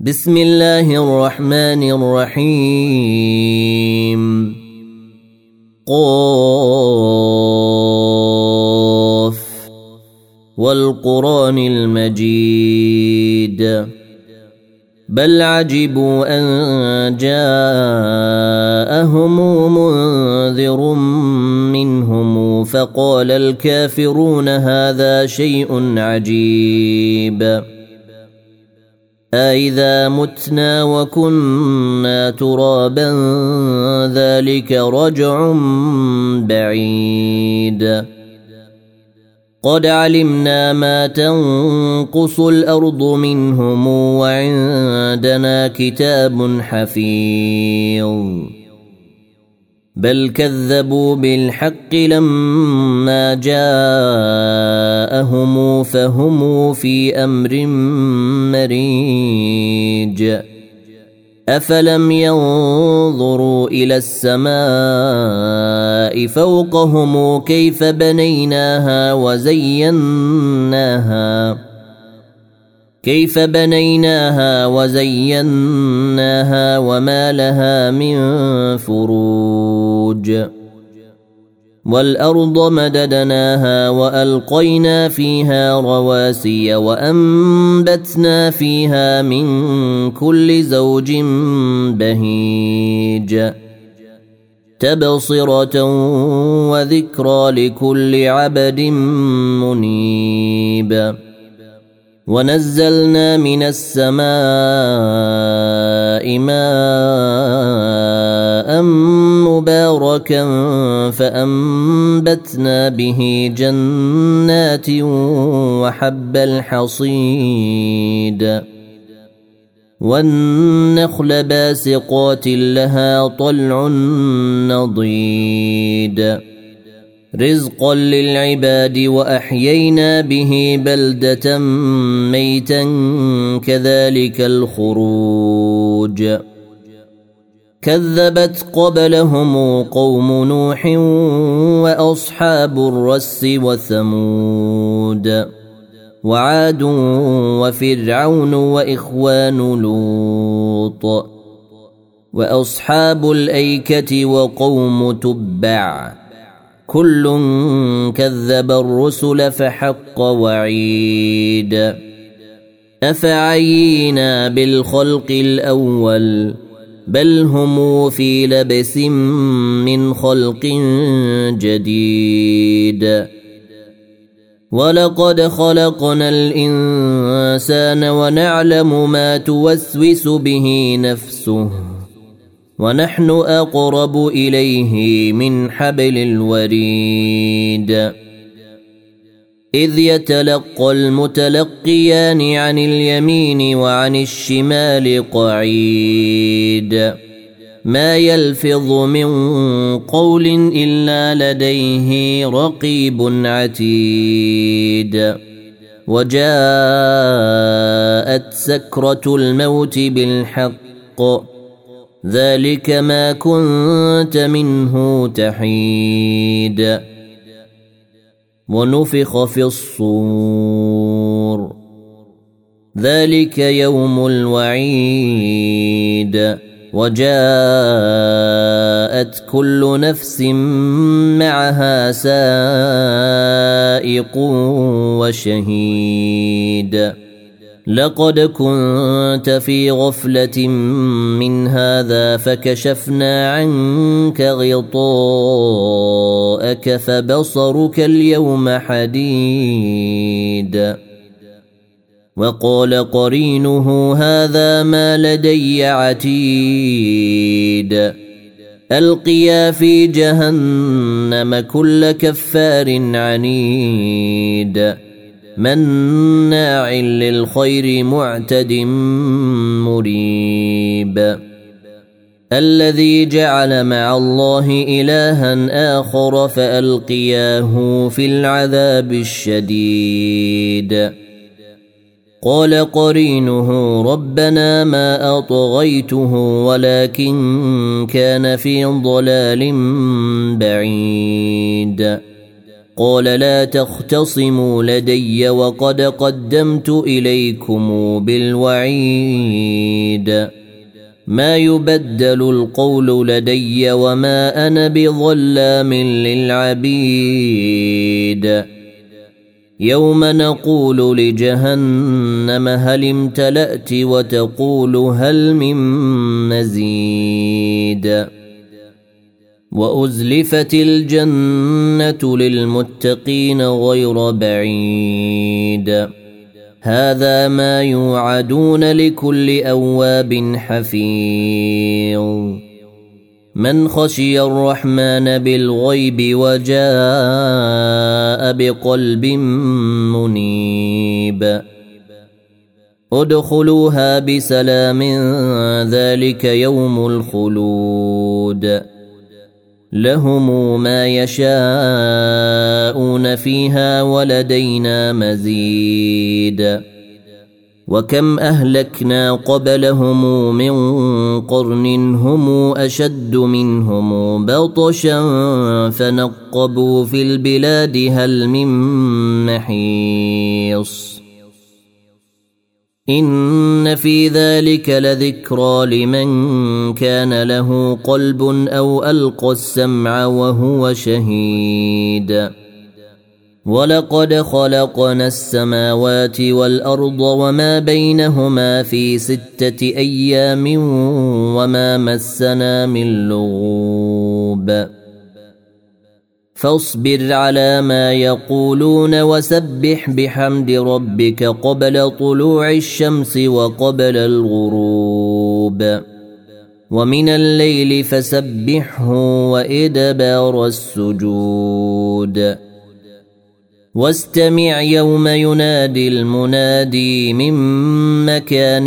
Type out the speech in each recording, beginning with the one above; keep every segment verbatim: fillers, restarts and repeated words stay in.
بسم الله الرحمن الرحيم قاف والقرآن المجيد بل عجبوا أن جاءهم منذر منهم فقال الكافرون هذا شيء عجيب أإذا متنا وكنا ترابا ذلك رجع بعيد قد علمنا ما تنقص الأرض منهم وعندنا كتاب حفيظ بل كذبوا بالحق لما جاءهم فهم في أمر مريج أفلم ينظروا إلى السماء فوقهم كيف بنيناها وزيناها كيف بنيناها وزيناها وما لها من فروج والأرض مددناها وألقينا فيها رواسي وأنبتنا فيها من كل زوج بهيج تبصرة وذكرى لكل عبد منيب ونزلنا من السماء ماء مباركا فأنبتنا به جنات وحب الحصيد والنخل باسقات لها طلع نضيد رزقا للعباد وأحيينا به بلدة ميتا كذلك الخروج كذبت قبلهم قوم نوح وأصحاب الرس وثمود وعاد وفرعون وإخوان لوط وأصحاب الأيكة وقوم تبع كل كذب الرسل فحق وعيد أفعينا بالخلق الأول بل هم في لبس من خلق جديد ولقد خلقنا الإنسان ونعلم ما توسوس به نفسه ونحن أقرب إليه من حبل الوريد إذ يتلقى المتلقيان عن اليمين وعن الشمال قعيد ما يلفظ من قول إلا لديه رقيب عتيد وجاءت سكرة الموت بالحق ذلك ما كنت منه تحيد ونفخ في الصور ذلك يوم الوعيد وجاءت كل نفس معها سائق وشهيد لقد كنت في غفلة من هذا فكشفنا عنك غطاءك فبصرك اليوم حديد وقال قرينه هذا ما لدي عتيد ألقيا في جهنم كل كفار عنيد مناع للخير معتد مريب الذي جعل مع الله إلها آخر فألقياه في العذاب الشديد قال قرينه ربنا ما أطغيته ولكن كان في ضلال بعيد قال لا تختصموا لدي وقد قدمت إليكم بالوعيد ما يبدل القول لدي وما أنا بظلام للعبيد يوم نقول لجهنم هل امتلأت وتقول هل من مزيد وأزلفت الجنة للمتقين غير بعيد هذا ما يوعدون لكل أواب حفيظ من خشي الرحمن بالغيب وجاء بقلب منيب ادخلوها بسلام ذلك يوم الخلود لهم ما يشاءون فيها ولدينا مزيد وكم أهلكنا قبلهم من قرن هم أشد منهم بطشا فنقبوا في البلاد هل من محيص إن في ذلك لذكرى لمن كان له قلب أو ألقى السمع وهو شهيد ولقد خلقنا السماوات والأرض وما بينهما في ستة أيام وما مسنا من لغوب فاصبر على ما يقولون وسبح بحمد ربك قبل طلوع الشمس وقبل الغروب ومن الليل فسبحه وإدبار السجود واستمع يوم ينادي المنادي من مكان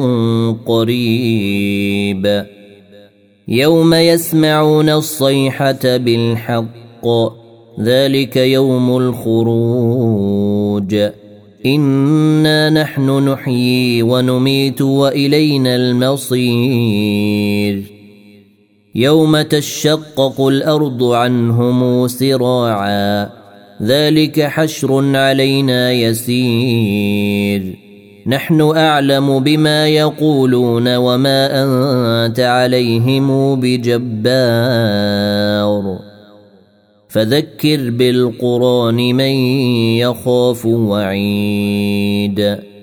قريب يوم يسمعون الصيحة بالحق ذلك يوم الخروج إنا نحن نحيي ونميت وإلينا المصير يوم تشقق الأرض عنهم سراعا ذلك حشر علينا يسير نحن أعلم بما يقولون وما أنت عليهم بجبار فذكر بالقرآن من يخاف وعيد